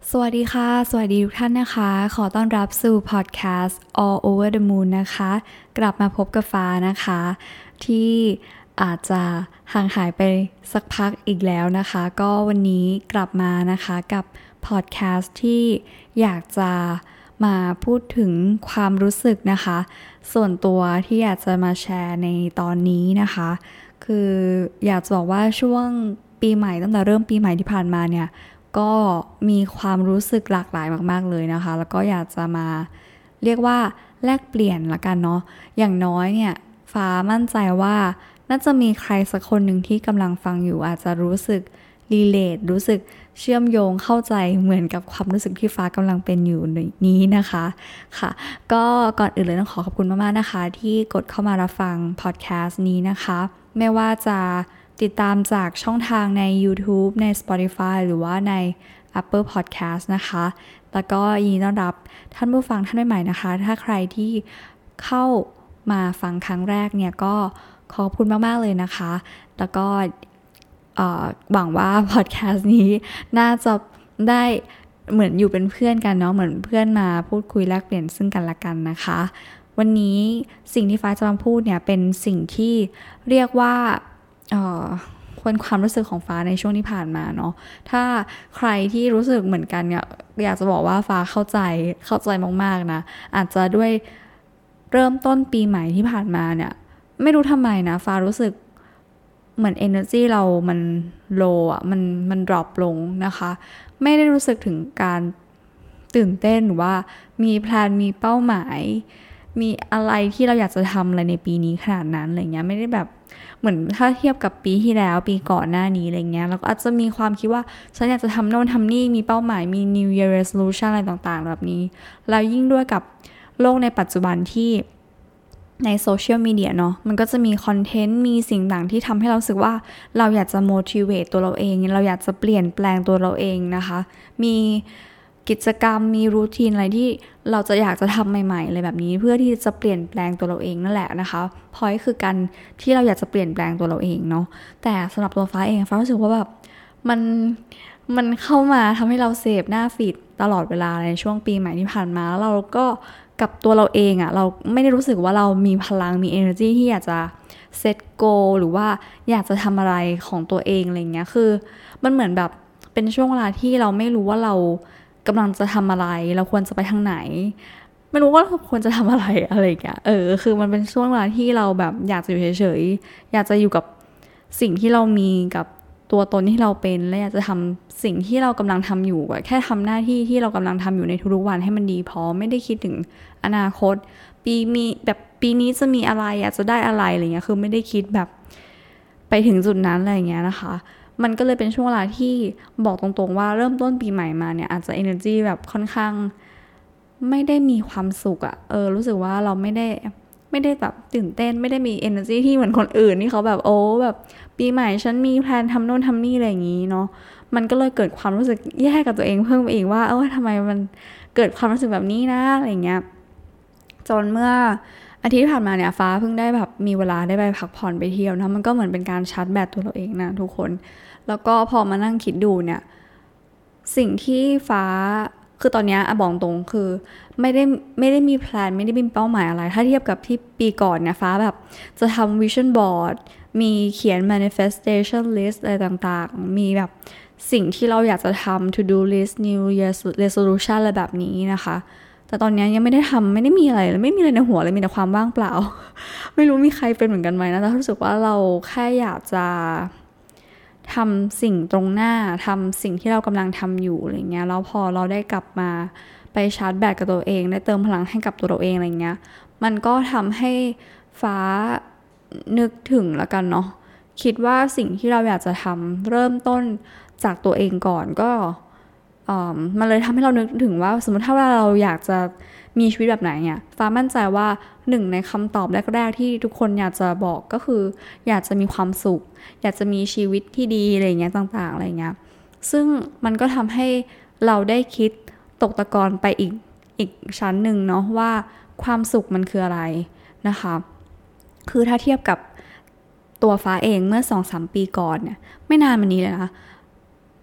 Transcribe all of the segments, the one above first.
สวัสดีค่ะสวัสดีทุกท่านนะคะขอต้อนรับสู่พอดแคสต์ All Over the Moon นะคะกลับมาพบกับฟ้านะคะที่อาจจะห่างหายไปสักพักอีกแล้วนะคะก็วันนี้กลับมานะคะกับพอดแคสต์ที่อยากจะมาพูดถึงความรู้สึกนะคะส่วนตัวที่อยากจะมาแชร์ในตอนนี้นะคะคืออยากจะบอกว่าช่วงปีใหม่ตั้งแต่เริ่มปีใหม่ที่ผ่านมาเนี่ยก็มีความรู้สึกหลากหลายมากๆเลยนะคะแล้วก็อยากจะมาเรียกว่าแลกเปลี่ยนละกันเนาะอย่างน้อยเนี่ยฟ้ามั่นใจว่าน่าจะมีใครสักคนหนึ่งที่กำลังฟังอยู่อาจจะรู้สึกรีเลทรู้สึกเชื่อมโยงเข้าใจเหมือนกับความรู้สึกที่ฟ้ากำลังเป็นอยู่นี้นะคะค่ะก็ก่อนอื่นเลยต้องขอบคุณมากๆนะคะที่กดเข้ามารับฟังพอดแคสต์นี้นะคะไม่ว่าจะติดตามจากช่องทางใน YouTube ใน Spotify หรือว่าใน Apple Podcast นะคะแล้วก็ยินดีต้อนรับท่านผู้ฟังท่านใหม่ๆนะคะถ้าใครที่เข้ามาฟังครั้งแรกเนี่ยก็ขอบคุณมากๆเลยนะคะแล้วก็หวังว่าพอดแคสต์นี้น่าจะได้เหมือนอยู่เป็นเพื่อนกันเนาะเหมือนเพื่อนมาพูดคุยแลกเปลี่ยนซึ่งกันและกันนะคะวันนี้สิ่งที่ฟ้าจะมาพูดเนี่ยเป็นสิ่งที่เรียกว่าเป็นความรู้สึกของฟ้าในช่วงที่ผ่านมาเนาะถ้าใครที่รู้สึกเหมือนกันเนี่ยอยากจะบอกว่าฟ้าเข้าใจมากๆนะอาจจะด้วยเริ่มต้นปีใหม่ที่ผ่านมาเนี่ยไม่รู้ทำไมนะฟ้ารู้สึกเหมือน energy เรามัน low อ่ะมัน drop ลงนะคะไม่ได้รู้สึกถึงการตื่นเต้นหรือว่ามีแพลนมีเป้าหมายมีอะไรที่เราอยากจะทำอะไรในปีนี้ขนาดนั้นอะไรเงี้ยไม่ได้แบบเหมือนถ้าเทียบกับปีที่แล้วปีก่อนหน้านี้อะไรเงี้ยเราก็อาจจะมีความคิดว่าฉันอยากจะทำโน่นทำนี่มีเป้าหมายมี New Year Resolution อะไรต่างๆแบบนี้แล้วยิ่งด้วยกับโลกในปัจจุบันที่ในโซเชียลมีเดียเนาะมันก็จะมีคอนเทนต์มีสิ่งต่างที่ทำให้เรารู้สึกว่าเราอยากจะ motivate ตัวเราเองเราอยากจะเปลี่ยนแปลงตัวเราเองนะคะมีกิจกรรมมีรูทีนอะไรที่เราจะอยากจะทำใหม่ๆอะไรแบบนี้เพื่อที่จะเปลี่ยนแปลงตัวเราเองนั่นแหละนะคะพอยคือการที่เราอยากจะเปลี่ยนแปลงตัวเราเองเนาะแต่สำหรับตัวฟ้าเองฟ้ารู้สึกว่าแบบมันเข้ามาทำให้เราเสพหน้าฟีดตลอดเวลาในช่วงปีใหม่ที่ผ่านมาแล้วเราก็กับตัวเราเองอะเราไม่ได้รู้สึกว่าเรามีพลังมี energy ที่อยากจะเซตโกหรือว่าอยากจะทำอะไรของตัวเองอะไรเงี้ยคือมันเหมือนแบบเป็นช่วงเวลาที่เราไม่รู้ว่าเรากำลังจะทำอะไรเราควรจะไปทางไหนไม่รู้ว่าเราควรจะทำอะไรอย่างเงี้ยคือมันเป็นช่วงเวลาที่เราแบบอยากจะอยู่เฉยๆอยากจะอยู่กับสิ่งที่เรามีกับตัวตนที่เราเป็นและอยากจะทำสิ่งที่เรากำลังทำอยู่แค่ทำหน้าที่ที่เรากำลังทำอยู่ในทุกๆวันให้มันดีพอไม่ได้คิดถึงอนาคตปีนี้จะมีอะไรอยากจะได้อะไรอะไรเงี้ยคือไม่ได้คิดแบบไปถึงจุดนั้นอะไรเงี้ยนะคะมันก็เลยเป็นช่วงเวลาที่บอกตรงๆว่าเริ่มต้นปีใหม่มาเนี่ยอาจจะ energy แบบค่อนข้างไม่ได้มีความสุขอะรู้สึกว่าเราไม่ได้แบบตื่นเต้นไม่ได้มี energy ที่เหมือนคนอื่นที่เขาแบบแบบปีใหม่ฉันมีแพลนทำโน่นทำนี่อะไรอย่างนี้เนาะมันก็เลยเกิดความรู้สึกแย่กับตัวเองเพิ่มไปอีกว่าทำไมมันเกิดความรู้สึกแบบนี้นะอะไรเงี้ยจนเมื่ออาทิตย์ที่ผ่านมาเนี่ยฟ้าเพิ่งได้แบบมีเวลาได้ไปพักผ่อนไปเที่ยวนะมันก็เหมือนเป็นการชาร์จแบตตัวเราเองนะทุกคนแล้วก็พอมานั่งคิดดูเนี่ยสิ่งที่ฟ้าคือตอนนี้บอกตรงคือไม่ได้มีแพลนไม่ได้มีเป้าหมายอะไรถ้าเทียบกับที่ปีก่อนเนี่ยฟ้าแบบจะทำ vision board มีเขียน manifestation list อะไรต่างๆมีแบบสิ่งที่เราอยากจะทำ to do list new year resolution อะไรแบบนี้นะคะแต่ตอนนี้ยังไม่ได้ทำไม่ได้มีอะไรเลยไม่มีอะไรในหัวเลยมีแต่ความว่างเปล่า ไม่รู้มีใครเป็นเหมือนกันไหมนะแต่รู้สึกว่าเราแค่อยากจะทำสิ่งตรงหน้าทำสิ่งที่เรากำลังทำอยู่อะไรเงี้ยแล้วพอเราได้กลับมาไปชาร์จแบตกับตัวเองได้เติมพลังให้กับตัวเราเองอะไรเงี้ยมันก็ทำให้ฟ้านึกถึงแล้วกันเนาะคิดว่าสิ่งที่เราอยากจะทำเริ่มต้นจากตัวเองก่อนก็มันเลยทำให้เรานึกถึงว่าสมมติถ้าเราอยากจะมีชีวิตแบบไหนเนี่ยฟ้ามั่นใจว่าหนึ่งในคำตอบแรกๆที่ทุกคนอยากจะบอกก็คืออยากจะมีความสุขอยากจะมีชีวิตที่ดีอะไรเงี้ยต่างๆอะไรเงี้ยซึ่งมันก็ทำให้เราได้คิดตกตะกอนไปอีกชั้นหนึ่งเนาะว่าความสุขมันคืออะไรนะคะคือถ้าเทียบกับตัวฟ้าเองเมื่อ 2-3 ปีก่อนเนี่ยไม่นานมานี้เลยนะ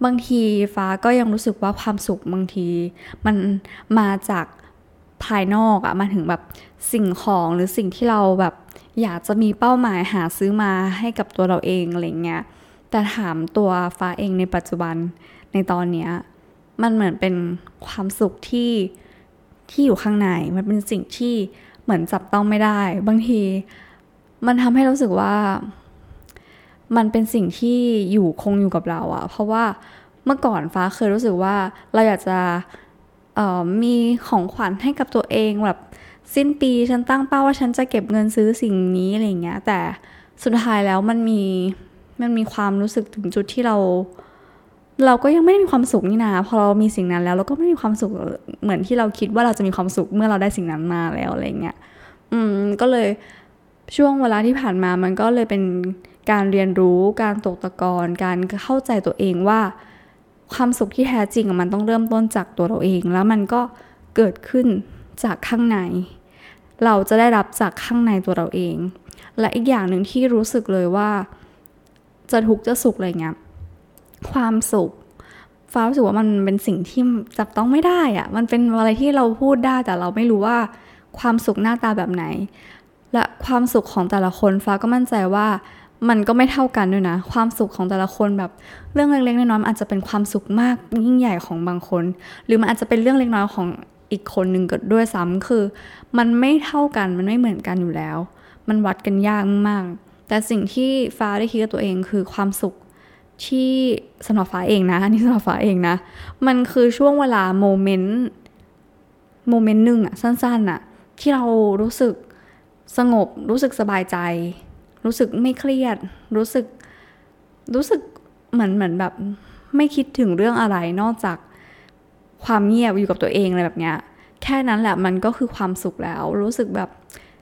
บางทีฟ้าก็ยังรู้สึกว่าความสุขบางทีมันมาจากภายนอกอะมาถึงแบบสิ่งของหรือสิ่งที่เราแบบอยากจะมีเป้าหมายหาซื้อมาให้กับตัวเราเองอะไรเงี้ยแต่ถามตัวฟ้าเองในปัจจุบันในตอนเนี้ยมันเหมือนเป็นความสุขที่อยู่ข้างในมันเป็นสิ่งที่เหมือนจับต้องไม่ได้บางทีมันทำให้รู้สึกว่ามันเป็นสิ่งที่คงอยู่กับเราอะเพราะว่าเมื่อก่อนฟ้าเคยรู้สึกว่าเราอยากจะมีของขวัญให้กับตัวเองแบบสิ้นปีฉันตั้งเป้าว่าฉันจะเก็บเงินซื้อสิ่งนี้อะไรเงี้ยแต่สุดท้ายแล้วมันมีความรู้สึกถึงจุดที่เราก็ยังไม่ได้มีความสุขนี่นะพอเรามีสิ่งนั้นแล้วเราก็ไม่มีความสุขเหมือนที่เราคิดว่าเราจะมีความสุขเมื่อเราได้สิ่งนั้นมาแล้วอะไรเงี้ยก็เลยช่วงเวลาที่ผ่านมามันก็เลยเป็นการเรียนรู้การตกตะกอนการเข้าใจตัวเองว่าความสุขที่แท้จริงมันต้องเริ่มต้นจากตัวเราเองแล้วมันก็เกิดขึ้นจากข้างในเราจะได้รับจากข้างในตัวเราเองและอีกอย่างหนึ่งที่รู้สึกเลยว่าจะทุกข์จะสุขอะไรเงี้ยความสุขฟ้ารู้สึกว่ามันเป็นสิ่งที่จับต้องไม่ได้อะมันเป็นอะไรที่เราพูดได้แต่เราไม่รู้ว่าความสุขหน้าตาแบบไหนและความสุขของแต่ละคนฟ้าก็มั่นใจว่ามันก็ไม่เท่ากันด้วยนะความสุขของแต่ละคนแบบเรื่องเล็กๆน้อยๆอาจจะเป็นความสุขมากยิ่งใหญ่ของบางคนหรือมันอาจจะเป็นเรื่องเล็กน้อยของอีกคนนึงก็ด้วยซ้ำคือมันไม่เท่ากันมันไม่เหมือนกันอยู่แล้วมันวัดกันยากมากแต่สิ่งที่ฟ้าได้คิดกับตัวเองคือความสุขที่สำหรับฟ้าเองนะอันนี้สำหรับฟ้าเองนะมันคือช่วงเวลาโมเมนต์หนึ่งอะสั้นๆอะที่เรารู้สึกสงบรู้สึกสบายใจรู้สึกไม่เครียดรู้สึกเหมือนแบบไม่คิดถึงเรื่องอะไรนอกจากความเงียบอยู่กับตัวเองอะไรแบบเนี้ยแค่นั้นแหละมันก็คือความสุขแล้วรู้สึกแบบ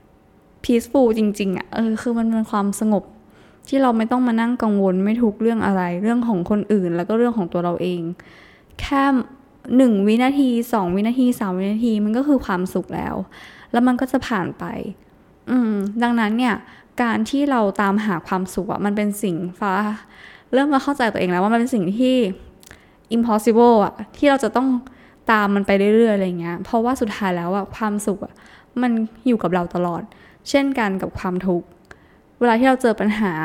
peaceful จริงๆอ่ะคือมันเป็นความสงบที่เราไม่ต้องมานั่งกังวลไม่ทุกเรื่องอะไรเรื่องของคนอื่นแล้วก็เรื่องของตัวเราเองแค่1 วินาที2 วินาที3 วินาทีมันก็คือความสุขแล้วมันก็จะผ่านไปดังนั้นเนี่ยการที่เราตามหาความสุขอ่ะมันเป็นสิ่งฟ้าเริ่มมาเข้าใจตัวเองแล้วว่ามันเป็นสิ่งที่ impossible อ่ะที่เราจะต้องตามมันไปเรื่อยๆอะไรเงี้ยเพราะว่าสุดท้ายแล้วอ่ะความสุขอ่ะมันอยู่กับเราตลอดเช่นกันกับความทุกข์เวลาที่เราเจอปัญหา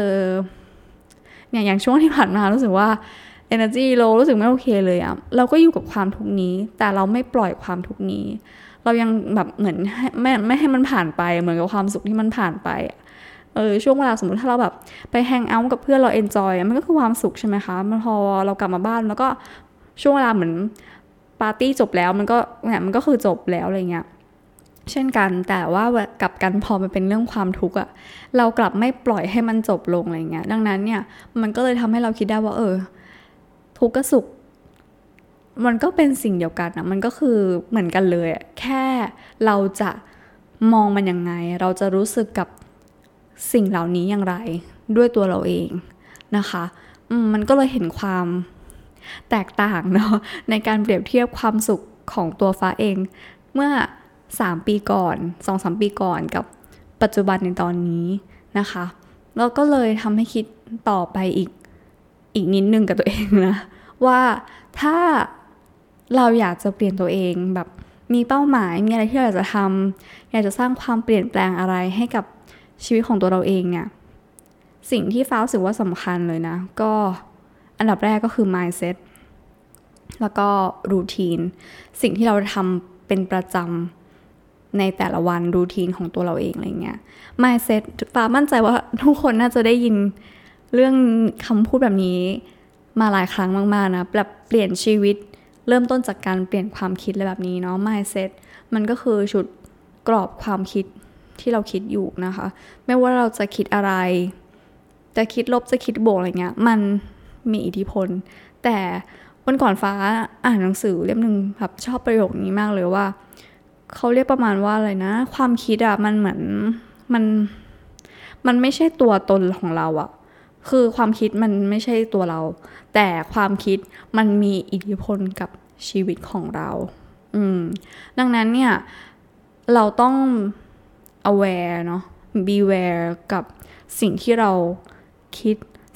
เนี่ยอย่างช่วงที่ผ่านมารู้สึกว่า energy low รู้สึกไม่โอเคเลยอ่ะเราก็อยู่กับความทุกข์นี้แต่เราไม่ปล่อยความทุกข์นี้เรายังแบบเหมือนไม่ให้มันผ่านไปเหมือนกับความสุขที่มันผ่านไปช่วงเวลาสมมติถ้าเราแบบไปแฮงเอาท์กับเพื่อนเราเอนจอยมันก็คือความสุขใช่ไหมคะมันพอเรากลับมาบ้านแล้วก็ช่วงเวลาเหมือนปาร์ตี้จบแล้วมันก็คือจบแล้วอะไรเงี้ยเช่นกันแต่ว่ากลับกันพอมันเป็นเรื่องความทุกข์อะเรากลับไม่ปล่อยให้มันจบลงอะไรเงี้ยดังนั้นเนี่ยมันก็เลยทำให้เราคิดได้ว่าทุกข์กับสุขมันก็เป็นสิ่งเดียวกันนะมันก็คือเหมือนกันเลยแค่เราจะมองมันยังไงเราจะรู้สึกกับสิ่งเหล่านี้อย่างไรด้วยตัวเราเองนะคะมันก็เลยเห็นความแตกต่างเนาะในการเปรียบเทียบความสุขของตัวฟ้าเองเมื่อ3 ปีก่อน 2-3 ปีก่อนกับปัจจุบันในตอนนี้นะคะแล้วก็เลยทำให้คิดต่อไปอีกนิดนึงกับตัวเองนะว่าถ้าเราอยากจะเปลี่ยนตัวเองแบบมีเป้าหมายมีอะไรที่เราอยากจะทำอยากจะสร้างความเปลี่ยนแปลงอะไรให้กับชีวิตของตัวเราเองเนี่ยสิ่งที่ฟ้ารู้สึกว่าสำคัญเลยนะก็อันดับแรกก็คือ mindset แล้วก็ routine สิ่งที่เราทำเป็นประจำในแต่ละวัน routine ของตัวเราเองอะไรเงี้ย mindset ฟ้ามั่นใจว่าทุกคนน่าจะได้ยินเรื่องคำพูดแบบนี้มาหลายครั้งมากๆนะแบบเปลี่ยนชีวิตเริ่มต้นจากการเปลี่ยนความคิดอะไรแบบนี้เนาะ mindset มันก็คือชุดกรอบความคิดที่เราคิดอยู่นะคะไม่ว่าเราจะคิดอะไรจะคิดลบจะคิดบวกอะไรเงี้ยมันมีอิทธิพลแต่วันก่อนฟ้าอ่านหนังสือเล่มนึงแบบชอบประโยคนี้มากเลยว่าเขาเรียกประมาณว่าอะไรนะความคิดอะมันเหมือนมันไม่ใช่ตัวตนของเราอะคือความคิดมันไม่ใช่ตัวเราแต่ความคิดมันมีอิทธิพลกับชีวิตของเราดังนั้นเนี่ยเราต้อง aware เนาะ beware กับสิ่งที่เราคิด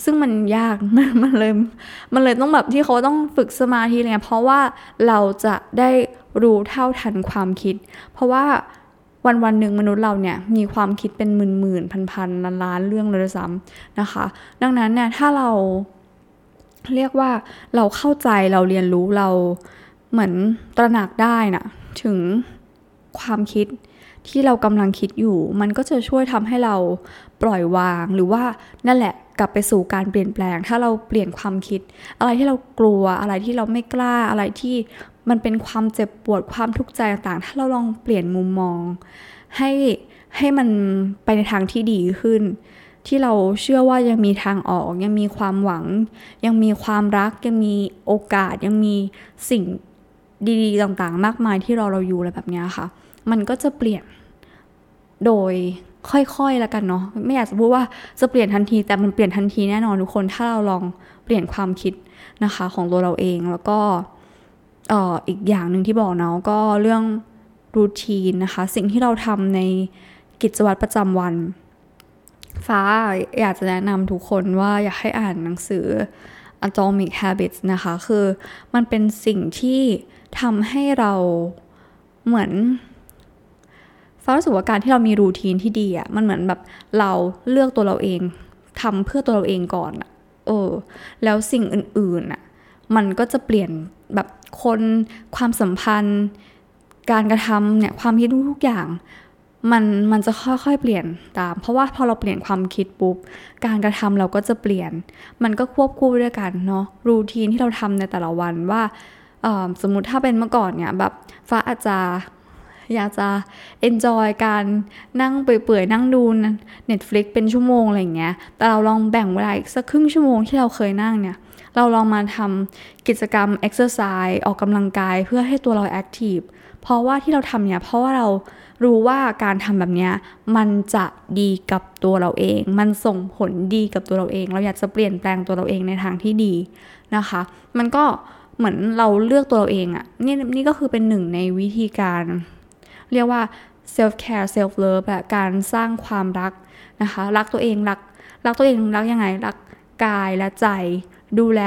ซึ่งมันยาก มันเลยต้องแบบที่เขาต้องฝึกสมาธิอะไรเงี้ยเพราะว่าเราจะได้รู้เท่าทันความคิดเพราะว่าวันหนึ่งมนุษย์เราเนี่ยมีความคิดเป็นหมื่นพันล้านเรื่องเลยซ้ำนะคะดังนั้นเนี่ยถ้าเราเรียกว่าเราเข้าใจเราเรียนรู้เราเหมือนตระหนักได้นะถึงความคิดที่เรากำลังคิดอยู่มันก็จะช่วยทำให้เราปล่อยวางหรือว่านั่นแหละกลับไปสู่การเปลี่ยนแปลงถ้าเราเปลี่ยนความคิดอะไรที่เรากลัวอะไรที่เราไม่กล้าอะไรที่มันเป็นความเจ็บปวดความทุกข์ใจต่างๆถ้าเราลองเปลี่ยนมุมมองให้มันไปในทางที่ดีขึ้นที่เราเชื่อว่ายังมีทางออกยังมีความหวังยังมีความรักยังมีโอกาสยังมีสิ่งดีๆต่างๆมากมายที่เราอยู่อะไรแบบนี้ค่ะมันก็จะเปลี่ยนโดยค่อยๆแล้วกันเนาะไม่อยากจะพูดว่าจะเปลี่ยนทันทีแต่มันเปลี่ยนทันทีแน่นอนทุกคนถ้าเราลองเปลี่ยนความคิดนะคะของตัวเราเองแล้วก็อีกอย่างหนึ่งที่บอกเนาะก็เรื่องรูทีนนะคะสิ่งที่เราทำในกิจวัตรประจำวันฟ้าอยากจะแนะนำทุกคนว่าอยากให้อ่านหนังสือ Atomic Habits นะคะคือมันเป็นสิ่งที่ทำให้เราเหมือนฟ้ารู้สึกว่าการที่เรามีรูทีนที่ดีอ่ะมันเหมือนแบบเราเลือกตัวเราเองทำเพื่อตัวเราเองก่อนอ่ะแล้วสิ่งอื่นๆอ่ะมันก็จะเปลี่ยนแบบคนความสัมพันธ์การกระทำเนี่ยความคิดทุกอย่างมันจะค่อยๆเปลี่ยนตามเพราะว่าพอเราเปลี่ยนความคิดปุ๊บการกระทำเราก็จะเปลี่ยนมันก็ควบคู่ด้วยกันเนาะรูทีนที่เราทำในแต่ละวันว่าสมมุติถ้าเป็นเมื่อก่อนเนี่ยแบบฟ้าอาจจะอยากจะ enjoy การนั่งเปื่อยๆนั่งดู Netflix เป็นชั่วโมงอะไรอย่างเงี้ยแต่เราลองแบ่งเวลาอีกสักครึ่งชั่วโมงที่เราเคยนั่งเนี่ยเราลองมาทำกิจกรรม exercise ออกกำลังกายเพื่อให้ตัวเรา active เพราะว่าที่เราทำเนี่ยเพราะว่าเรารู้ว่าการทำแบบนี้มันจะดีกับตัวเราเองมันส่งผลดีกับตัวเราเองเราอยากจะเปลี่ยนแปลงตัวเราเองในทางที่ดีนะคะมันก็เหมือนเราเลือกตัวเราเองอ่ะนี่ก็คือเป็นหนึ่งในวิธีการเรียกว่า self care self love แบบการสร้างความรักนะคะรักตัวเองรักตัวเองรักยังไงรักกายและใจดูแล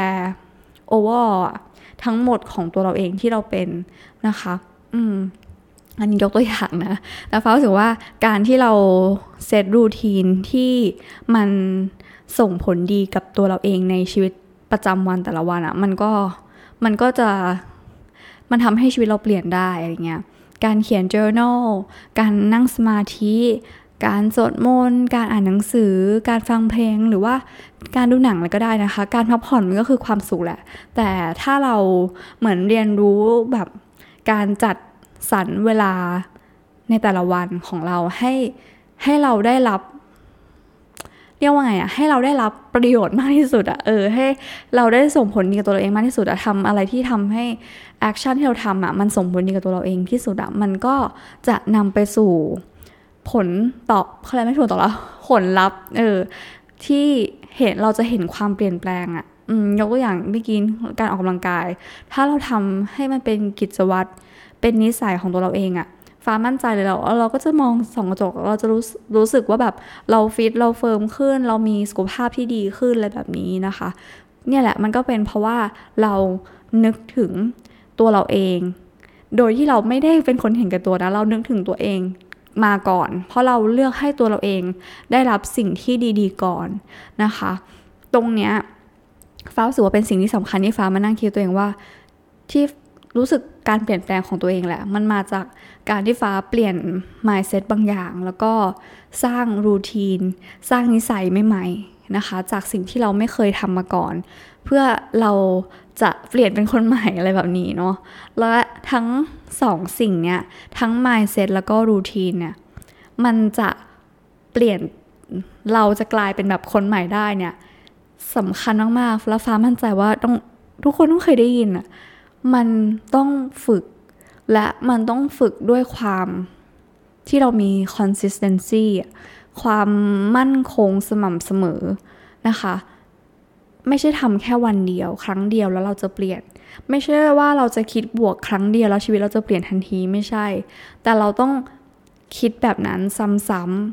overall ทั้งหมดของตัวเราเองที่เราเป็นนะคะอันนี้ยกตัวอย่างนะแต่ฟ้ารู้สึกว่าการที่เราเซตรูทีนที่มันส่งผลดีกับตัวเราเองในชีวิตประจำวันแต่ละวันอ่ะมันก็จะมันทำให้ชีวิตเราเปลี่ยนได้อะไรเงี้ยการเขียน journal การนั่งสมาธิการสวดมนต์การอ่านหนังสือการฟังเพลงหรือว่าการดูหนังอะไรก็ได้นะคะการพักผ่อนมันก็คือความสุขแหละแต่ถ้าเราเหมือนเรียนรู้แบบการจัดสรรเวลาในแต่ละวันของเราให้เราได้รับเรียกว่าไงอ่ะให้เราได้รับประโยชน์มากที่สุดอ่ะให้เราได้ส่งผลดีกับตัวเราเองมากที่สุดอ่ะทำอะไรที่ทำให้แอคชั่นที่เราทำอ่ะมันส่งผลดีกับตัวเราเองที่สุดอ่ะมันก็จะนำไปสู่ผลตอบอะไรไม่ถูกต่อแล้วผลลัพธ์ที่เราจะเห็นความเปลี่ยนแปลงอ่ะยกตัวอย่างเมื่อกี้การออกกำลังกายถ้าเราทำให้มันเป็นกิจวัตรเป็นนิสัยของตัวเราเองอ่ะฟ้ามั่นใจเลยเราก็จะมองส่องกระจกเราจะรู้สึกว่าแบบเราฟิตเราเฟิร์มขึ้นเรามีสุขภาพที่ดีขึ้นอะไรแบบนี้นะคะเนี่ยแหละมันก็เป็นเพราะว่าเรานึกถึงตัวเราเองโดยที่เราไม่ได้เป็นคนเห็นแก่ตัวนะเรานึกถึงตัวเองมาก่อนเพราะเราเลือกให้ตัวเราเองได้รับสิ่งที่ดีๆก่อนนะคะตรงเนี้ยฟ้ารู้สึกว่าเป็นสิ่งที่สำคัญที่ฟ้ามานั่งคิดตัวเองว่าที่รู้สึกการเปลี่ยนแปลงของตัวเองแหละมันมาจากการที่ฟ้าเปลี่ยน mindset บางอย่างแล้วก็สร้างรูทีนสร้างนิสัยใหม่ๆนะคะจากสิ่งที่เราไม่เคยทำมาก่อนเพื่อเราจะเปลี่ยนเป็นคนใหม่อะไรแบบนี้เนาะและทั้งสองสิ่งเนี้ยทั้ง mindset แล้วก็รูทีนเนี่ยมันจะเปลี่ยนเราจะกลายเป็นแบบคนใหม่ได้เนี่ยสำคัญมากๆแล้วฟ้ามั่นใจว่าทุกคนต้องเคยได้ยินอ่ะมันต้องฝึกและมันต้องฝึกด้วยความที่เรามี consistency ความมั่นคงสม่ำเสมอนะคะไม่ใช่ทำแค่วันเดียวครั้งเดียวแล้วเราจะเปลี่ยนไม่ใช่ว่าเราจะคิดบวกครั้งเดียวแล้วชีวิตเราจะเปลี่ยนทันทีไม่ใช่แต่เราต้องคิดแบบนั้นซ้ำ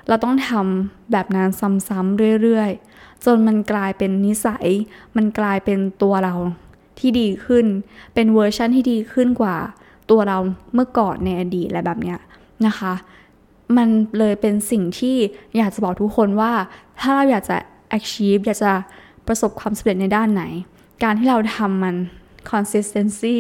เราต้องทำแบบนั้นซ้ำๆเรื่อยๆจนมันกลายเป็นนิสัยมันกลายเป็นตัวเราที่ดีขึ้นเป็นเวอร์ชันที่ดีขึ้นกว่าตัวเราเมื่อก่อนในอดีตอะไรแบบเนี้ยนะคะมันเลยเป็นสิ่งที่อยากจะบอกทุกคนว่าถ้าเราอยากจะ achieve อยากจะประสบความสำเร็จในด้านไหนการที่เราทำมัน consistency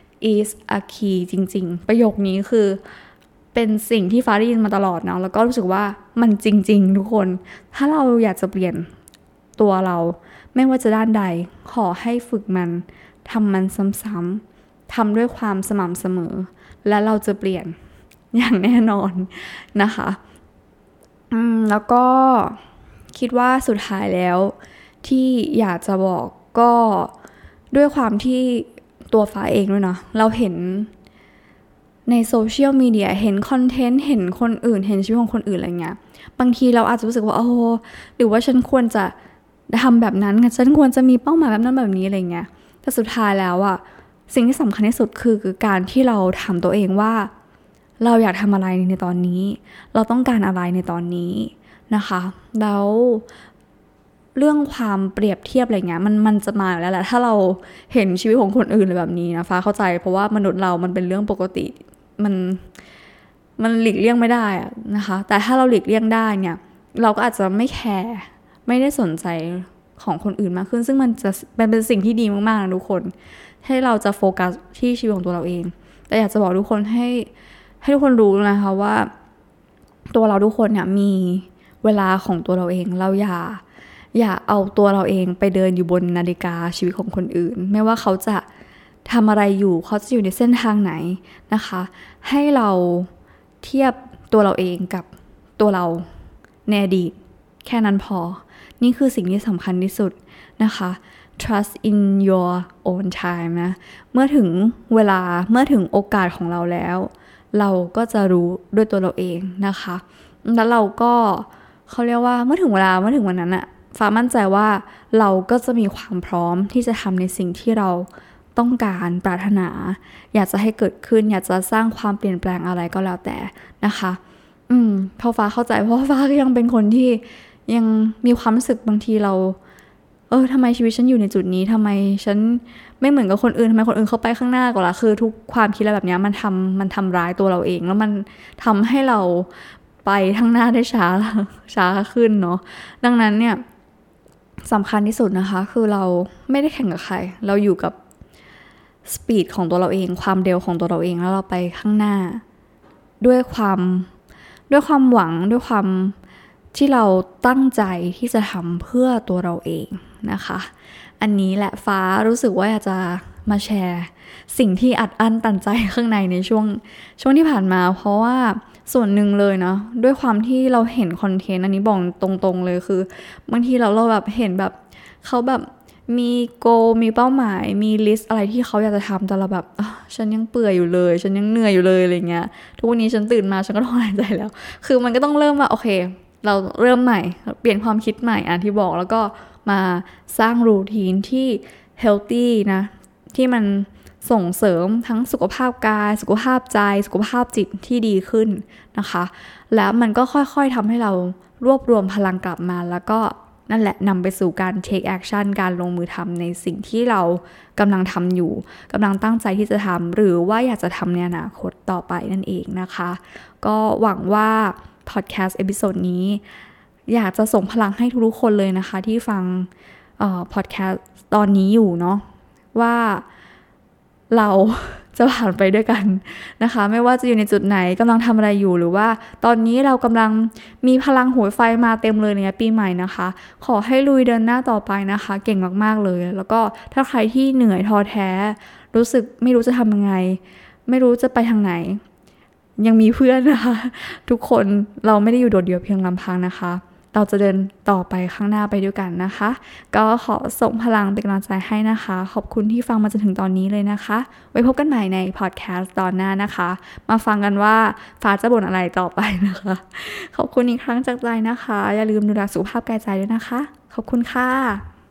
is a key จริงๆประโยคนี้คือเป็นสิ่งที่ฟ้าได้ยินมาตลอดเนาะแล้วก็รู้สึกว่ามันจริงๆทุกคนถ้าเราอยากจะเปลี่ยนตัวเราไม่ว่าจะด้านใดขอให้ฝึกมันทำมันซ้ำๆทำด้วยความสม่ำเสมอและเราจะเปลี่ยนอย่างแน่นอนนะคะแล้วก็คิดว่าสุดท้ายแล้วที่อยากจะบอกก็ด้วยความที่ตัวฟ้าเองด้วยเนาะเราเห็นในโซเชียลมีเดียเห็นคอนเทนต์เห็นคนอื่นเห็นชีวิตของคนอื่นอะไรเงี้ยบางทีเราอาจจะรู้สึกว่าหรือว่าฉันควรจะทำแบบนั้นฉันควรจะมีเป้าหมายแบบนั้นแบบนี้อะไรเงี้ยแต่สุดท้ายแล้วอะสิ่งที่สำคัญที่สุดคือการที่เราถามตัวเองว่าเราอยากทำอะไรในตอนนี้เราต้องการอะไรในตอนนี้นะคะแล้วเรื่องความเปรียบเทียบอะไรเงี้ยมันจะมาแล้วแหละถ้าเราเห็นชีวิตของคนอื่นแบบนี้นะฟ้าเข้าใจเพราะว่ามนุษย์เรามันเป็นเรื่องปกติมันหลีกเลี่ยงไม่ได้อะนะคะแต่ถ้าเราหลีกเลี่ยงได้เนี่ยเราก็อาจจะไม่แคร์ไม่ได้สนใจของคนอื่นมากขึ้นซึ่งมันจะเป็นสิ่งที่ดีมากๆนะทุกคนให้เราจะโฟกัสที่ชีวิตของตัวเราเองแต่อยากจะบอกทุกคนให้ทุกคนรู้นะคะว่าตัวเราทุกคนเนี่ยมีเวลาของตัวเราเองเราอย่าเอาตัวเราเองไปเดินอยู่บนนาฬิกาชีวิตของคนอื่นไม่ว่าเขาจะทำอะไรอยู่เขาจะอยู่ในเส้นทางไหนนะคะให้เราเทียบตัวเราเองกับตัวเราในอดีตแค่นั้นพอนี่คือสิ่งที่สำคัญที่สุดนะคะ trust in your own time นะเมื่อถึงเวลาเมื่อถึงโอกาสของเราแล้วเราก็จะรู้ด้วยตัวเราเองนะคะแล้วเราก็เขาเรียกว่าเมื่อถึงเวลาเมื่อถึงวันนั้นอะฟ้ามั่นใจว่าเราก็จะมีความพร้อมที่จะทำในสิ่งที่เราต้องการปรารถนาอยากจะให้เกิดขึ้นอยากจะสร้างความเปลี่ยนแปลงอะไรก็แล้วแต่นะคะพอฟ้าเข้าใจเพราะฟ้าก็ยังเป็นคนที่ยังมีความรู้สึกบางทีเราทำไมชีวิตฉันอยู่ในจุดนี้ทำไมฉันไม่เหมือนกับคนอื่นทำไมคนอื่นเขาไปข้างหน้าก่อนล่ะคือทุกความคิดอะไรแบบนี้มันทำร้ายตัวเราเองแล้วมันทำให้เราไปข้างหน้าได้ช้าขึ้นเนาะดังนั้นเนี่ยสำคัญที่สุดนะคะคือเราไม่ได้แข่งกับใครเราอยู่กับสปีดของตัวเราเองความเร็วของตัวเราเองแล้วเราไปข้างหน้าด้วยความหวังด้วยความที่เราตั้งใจที่จะทำเพื่อตัวเราเองนะคะอันนี้แหละฟ้ารู้สึกว่าอยากจะมาแชร์สิ่งที่อัดอั้นตันใจข้างในในช่วงที่ผ่านมาเพราะว่าส่วนหนึ่งเลยเนาะด้วยความที่เราเห็นคอนเทนต์อันนี้บอกตรงๆเลยคือบางทีเราแบบเห็นแบบเขาแบบมีโกมีเป้าหมายมีลิสต์อะไรที่เขาอยากจะทำแต่เราแบบฉันยังเปื่อยอยู่เลยฉันยังเหนื่อยอยู่เลยอะไรเงี้ยทุกวันนี้ฉันตื่นมาฉันก็ถอนหายใจแล้วคือมันก็ต้องเริ่มว่าโอเคเราเริ่มใหม่เปลี่ยนความคิดใหม่ที่บอกแล้วก็มาสร้างรูทีนที่เฮลตี้นะที่มันส่งเสริมทั้งสุขภาพกายสุขภาพใจสุขภาพจิตที่ดีขึ้นนะคะแล้วมันก็ค่อยๆทำให้เรารวบรวมพลังกลับมาแล้วก็นั่นแหละนำไปสู่การ take action การลงมือทำในสิ่งที่เรากำลังทำอยู่กำลังตั้งใจที่จะทำหรือว่าอยากจะทำในอนาคตต่อไปนั่นเองนะคะก็หวังว่าพอดแคสต์เอพิโซดนี้อยากจะส่งพลังให้ทุกๆคนเลยนะคะที่ฟังพอดแคสต์ตอนนี้อยู่เนาะว่าเราจะผ่านไปด้วยกันนะคะไม่ว่าจะอยู่ในจุดไหนกำลังทำอะไรอยู่หรือว่าตอนนี้เรากำลังมีพลังหัวไฟมาเต็มเลยในปีใหม่นะคะขอให้ลุยเดินหน้าต่อไปนะคะเก่งมากๆเลยแล้วก็ถ้าใครที่เหนื่อยท้อแท้รู้สึกไม่รู้จะทำยังไงไม่รู้จะไปทางไหนยังมีเพื่อนนะคะทุกคนเราไม่ได้อยู่โดดเดี่ยวเพียงลำพังนะคะเราจะเดินต่อไปข้างหน้าไปด้วยกันนะคะก็ขอส่งพลังเป็นกำลังใจให้นะคะขอบคุณที่ฟังมาจนถึงตอนนี้เลยนะคะไว้พบกันใหม่ในพอดแคสต์ตอนหน้านะคะมาฟังกันว่าฟ้าจะบ่นอะไรต่อไปนะคะขอบคุณอีกครั้งจากใจนะคะอย่าลืมดูแลสุขภาพกายใจด้วยนะคะขอบคุณค่ะ